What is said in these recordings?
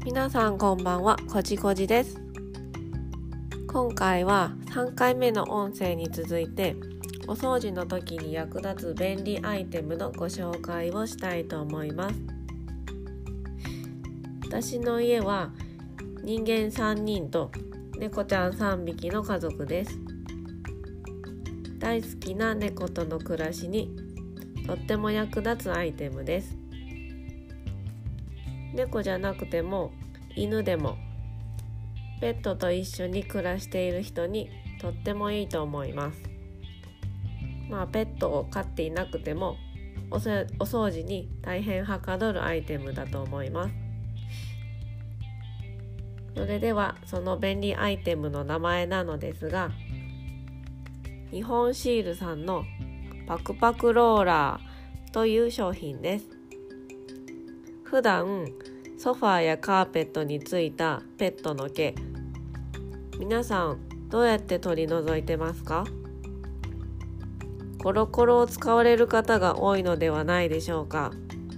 皆さんこんばんは、こじこじです。今回は3回目の音声に続いてお掃除の時に役立つ便利アイテムのご紹介をしたいと思います。私の家は人間3人と猫ちゃん3匹の家族です。大好きな猫との暮らしにとっても役立つアイテムです。猫じゃなくても犬でもペットと一緒に暮らしている人にとってもいいと思います。ペットを飼っていなくてもお掃除に大変はかどるアイテムだと思います。それではその便利アイテムの名前なのですが、日本シールさんのパクパクローラーという商品です。普段ソファーやカーペットについたペットの毛、皆さんどうやって取り除いてますか？コロコロを使われる方が多いのではないでしょうか。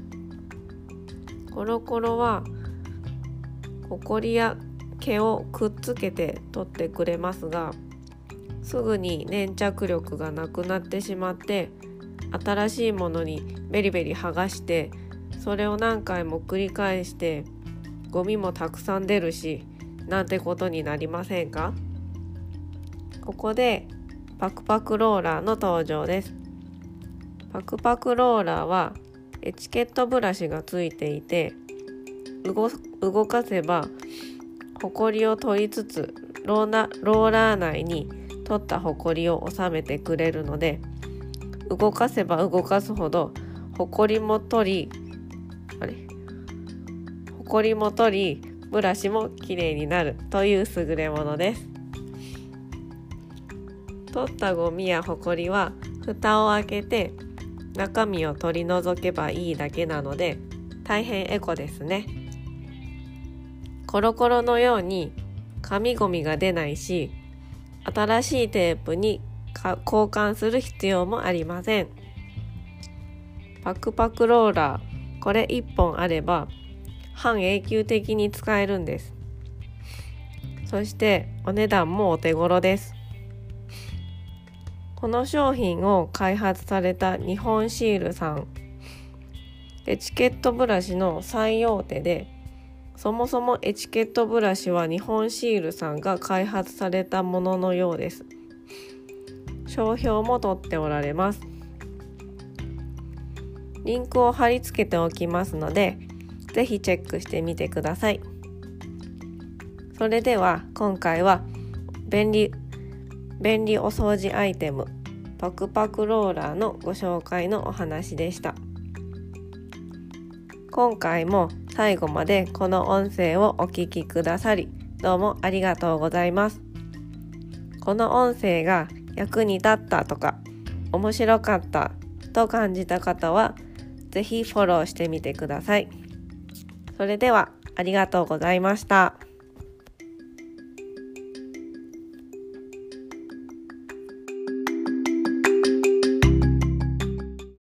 コロコロはホコリや毛をくっつけて取ってくれますが、すぐに粘着力がなくなってしまって新しいものにベリベリ剥がしてそれを何回も繰り返してゴミもたくさん出るしなんてことになりませんか？ここでパクパクローラーの登場です。パクパクローラーはエチケットブラシがついていて、動かせばホコリを取りつつローラー内に取ったホコリを収めてくれるので、動かせば動かすほどホコリも取りブラシもきれいになるという優れものです。取ったゴミやホコリは蓋を開けて中身を取り除けばいいだけなので大変エコですね。コロコロのように紙ゴミが出ないし、新しいテープに交換する必要もありません。パクパクローラー、これ1本あれば半永久的に使えるんです。そしてお値段もお手頃です。この商品を開発された日本シールさん、エチケットブラシの最大手で、そもそもエチケットブラシは日本シールさんが開発されたもののようです。商標も取っておられます。リンクを貼り付けておきますので、ぜひチェックしてみてください。それでは今回は便利お掃除アイテムパクパクローラーのご紹介のお話でした。今回も最後までこの音声をお聞きくださりどうもありがとうございます。この音声が役に立ったとか面白かったと感じた方はぜひフォローしてみてください。それではありがとうございました。